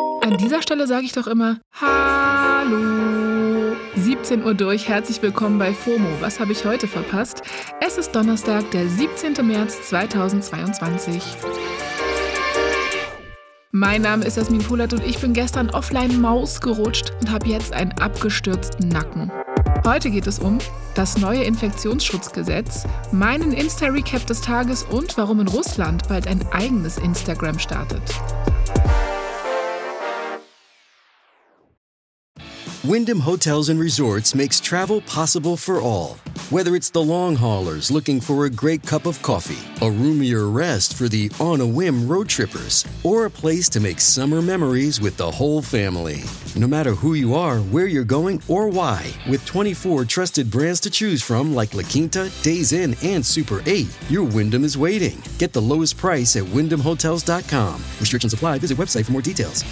An dieser Stelle sage ich doch immer Hallo. 17 Uhr durch, herzlich willkommen bei FOMO. Was habe ich heute verpasst? Es ist Donnerstag, der 17. März 2022. Mein Name ist Jasmin Polat und ich bin gestern offline Maus gerutscht und habe jetzt einen abgestürzten Nacken. Heute geht es um das neue Infektionsschutzgesetz, meinen Insta-Recap des Tages und warum in Russland bald ein eigenes Instagram startet. Wyndham Hotels & Resorts makes travel possible for all. Whether it's the long haulers looking for a great cup of coffee, a roomier rest for the on-a-whim road trippers, or a place to make summer memories with the whole family. No matter who you are, where you're going, or why, with 24 trusted brands to choose from like La Quinta, Days Inn, and Super 8, your Wyndham is waiting. Get the lowest price at wyndhamhotels.com. Restrictions apply. Visit website for more details.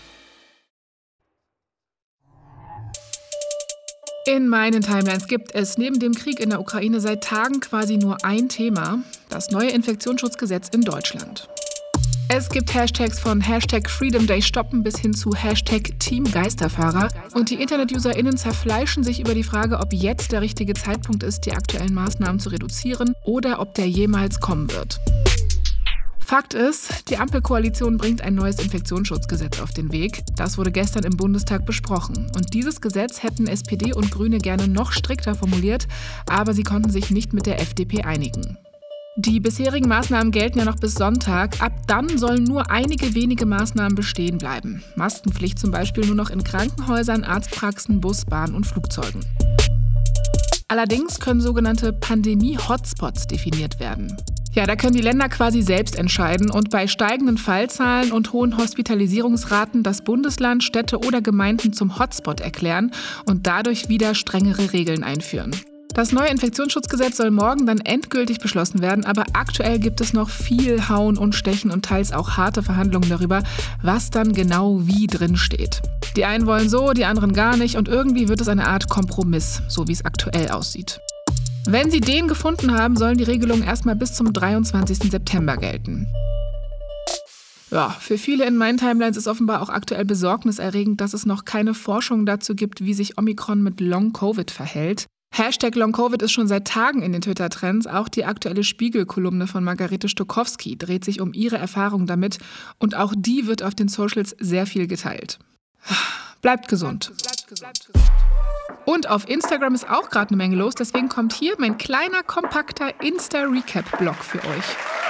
In meinen Timelines gibt es neben dem Krieg in der Ukraine seit Tagen quasi nur ein Thema: das neue Infektionsschutzgesetz in Deutschland. Es gibt Hashtags von Hashtag Freedom Day stoppen bis hin zu Hashtag Team Geisterfahrer und die Internet-UserInnen zerfleischen sich über die Frage, ob jetzt der richtige Zeitpunkt ist, die aktuellen Maßnahmen zu reduzieren oder ob der jemals kommen wird. Fakt ist, die Ampelkoalition bringt ein neues Infektionsschutzgesetz auf den Weg. Das wurde gestern im Bundestag besprochen. Und dieses Gesetz hätten SPD und Grüne gerne noch strikter formuliert, aber sie konnten sich nicht mit der FDP einigen. Die bisherigen Maßnahmen gelten ja noch bis Sonntag. Ab dann sollen nur einige wenige Maßnahmen bestehen bleiben. Maskenpflicht zum Beispiel nur noch in Krankenhäusern, Arztpraxen, Bus, Bahn und Flugzeugen. Allerdings können sogenannte Pandemie-Hotspots definiert werden. Ja, da können die Länder quasi selbst entscheiden und bei steigenden Fallzahlen und hohen Hospitalisierungsraten das Bundesland, Städte oder Gemeinden zum Hotspot erklären und dadurch wieder strengere Regeln einführen. Das neue Infektionsschutzgesetz soll morgen dann endgültig beschlossen werden, aber aktuell gibt es noch viel Hauen und Stechen und teils auch harte Verhandlungen darüber, was dann genau wie drin steht. Die einen wollen so, die anderen gar nicht und irgendwie wird es eine Art Kompromiss, so wie es aktuell aussieht. Wenn Sie den gefunden haben, sollen die Regelungen erstmal bis zum 23. September gelten. Ja, für viele in meinen Timelines ist offenbar auch aktuell besorgniserregend, dass es noch keine Forschung dazu gibt, wie sich Omikron mit Long-Covid verhält. Hashtag Long-Covid ist schon seit Tagen in den Twitter-Trends. Auch die aktuelle Spiegel-Kolumne von Margarete Stokowski dreht sich um ihre Erfahrung damit und auch die wird auf den Socials sehr viel geteilt. Bleibt gesund. Und auf Instagram ist auch gerade eine Menge los, deswegen kommt hier mein kleiner, kompakter Insta-Recap-Blog für euch.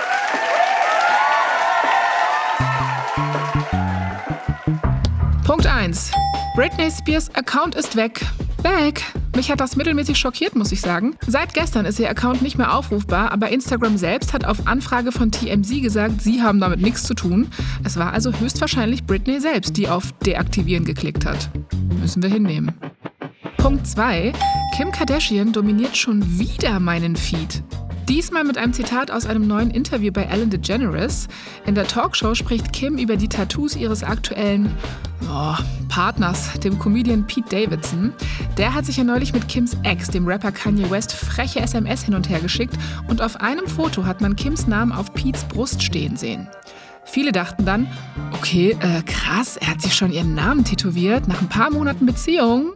Punkt 1. Britney Spears' Account ist weg. Mich hat das mittelmäßig schockiert, muss ich sagen. Seit gestern ist ihr Account nicht mehr aufrufbar, aber Instagram selbst hat auf Anfrage von TMZ gesagt, sie haben damit nichts zu tun. Es war also höchstwahrscheinlich Britney selbst, die auf Deaktivieren geklickt hat. Müssen wir hinnehmen. Punkt 2. Kim Kardashian dominiert schon wieder meinen Feed. Diesmal mit einem Zitat aus einem neuen Interview bei Ellen DeGeneres. In der Talkshow spricht Kim über die Tattoos ihres aktuellen Partners, dem Comedian Pete Davidson. Der hat sich ja neulich mit Kims Ex, dem Rapper Kanye West, freche SMS hin und her geschickt und auf einem Foto hat man Kims Namen auf Petes Brust stehen sehen. Viele dachten dann, okay, krass, er hat sich schon ihren Namen tätowiert, nach ein paar Monaten Beziehung.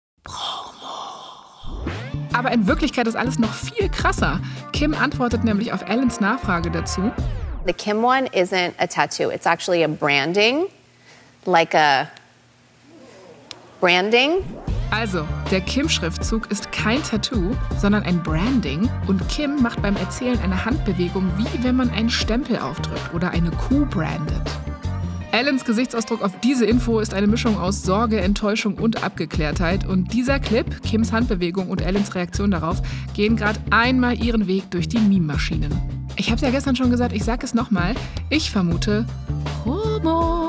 Aber in Wirklichkeit ist alles noch viel krasser. Kim antwortet nämlich auf Ellens Nachfrage dazu. The Kim one isn't a tattoo, it's actually a branding, like a branding. Also, der Kim-Schriftzug ist kein Tattoo, sondern ein Branding und Kim macht beim Erzählen eine Handbewegung, wie wenn man einen Stempel aufdrückt oder eine Kuh brandet. Ellens Gesichtsausdruck auf diese Info ist eine Mischung aus Sorge, Enttäuschung und Abgeklärtheit. Und dieser Clip, Kims Handbewegung und Ellens Reaktion darauf, gehen gerade einmal ihren Weg durch die Meme-Maschinen. Ich habe es ja gestern schon gesagt, ich sage es nochmal. Ich vermute Promo.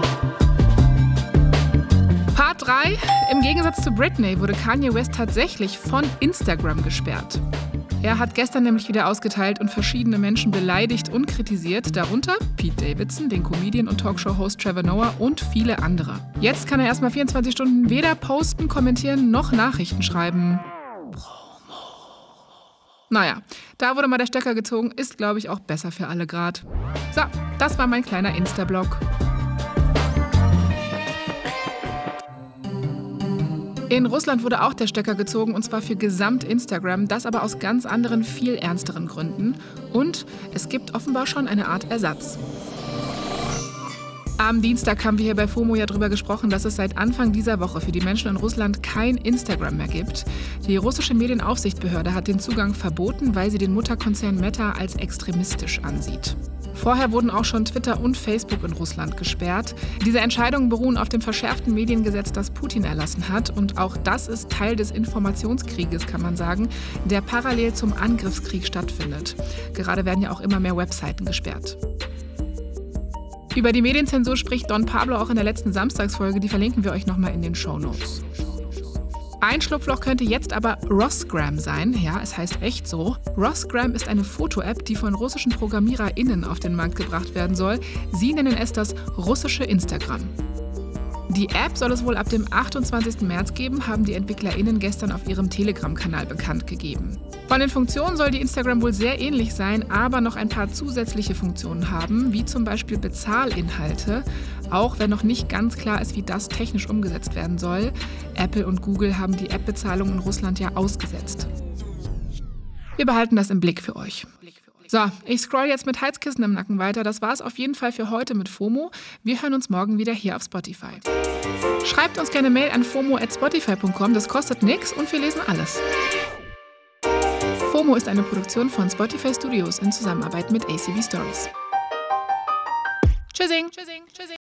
Part 3. Im Gegensatz zu Britney wurde Kanye West tatsächlich von Instagram gesperrt. Er hat gestern nämlich wieder ausgeteilt und verschiedene Menschen beleidigt und kritisiert, darunter Pete Davidson, den Comedian und Talkshow-Host Trevor Noah und viele andere. Jetzt kann er erstmal 24 Stunden weder posten, kommentieren noch Nachrichten schreiben. Naja, da wurde mal der Stecker gezogen, ist glaube ich auch besser für alle grad. So, das war mein kleiner Insta-Blog. In Russland wurde auch der Stecker gezogen, und zwar für Gesamt-Instagram, das aber aus ganz anderen, viel ernsteren Gründen. Und es gibt offenbar schon eine Art Ersatz. Am Dienstag haben wir hier bei FOMO ja darüber gesprochen, dass es seit Anfang dieser Woche für die Menschen in Russland kein Instagram mehr gibt. Die russische Medienaufsichtsbehörde hat den Zugang verboten, weil sie den Mutterkonzern Meta als extremistisch ansieht. Vorher wurden auch schon Twitter und Facebook in Russland gesperrt. Diese Entscheidungen beruhen auf dem verschärften Mediengesetz, das Putin erlassen hat. Und auch das ist Teil des Informationskrieges, kann man sagen, der parallel zum Angriffskrieg stattfindet. Gerade werden ja auch immer mehr Webseiten gesperrt. Über die Medienzensur spricht Don Pablo auch in der letzten Samstagsfolge, die verlinken wir euch nochmal in den Shownotes. Ein Schlupfloch könnte jetzt aber Rossgram sein. Ja, es heißt echt so. Rossgram ist eine Foto-App, die von russischen ProgrammiererInnen auf den Markt gebracht werden soll. Sie nennen es das russische Instagram. Die App soll es wohl ab dem 28. März geben, haben die EntwicklerInnen gestern auf ihrem Telegram-Kanal bekannt gegeben. Von den Funktionen soll die Instagram wohl sehr ähnlich sein, aber noch ein paar zusätzliche Funktionen haben, wie zum Beispiel Bezahlinhalte, auch wenn noch nicht ganz klar ist, wie das technisch umgesetzt werden soll. Apple und Google haben die App-Bezahlung in Russland ja ausgesetzt. Wir behalten das im Blick für euch. So, ich scroll jetzt mit Heizkissen im Nacken weiter. Das war's auf jeden Fall für heute mit FOMO. Wir hören uns morgen wieder hier auf Spotify. Schreibt uns gerne Mail an fomo@spotify.com, das kostet nichts und wir lesen alles. FOMO ist eine Produktion von Spotify Studios in Zusammenarbeit mit ACB Stories. Tschüssing!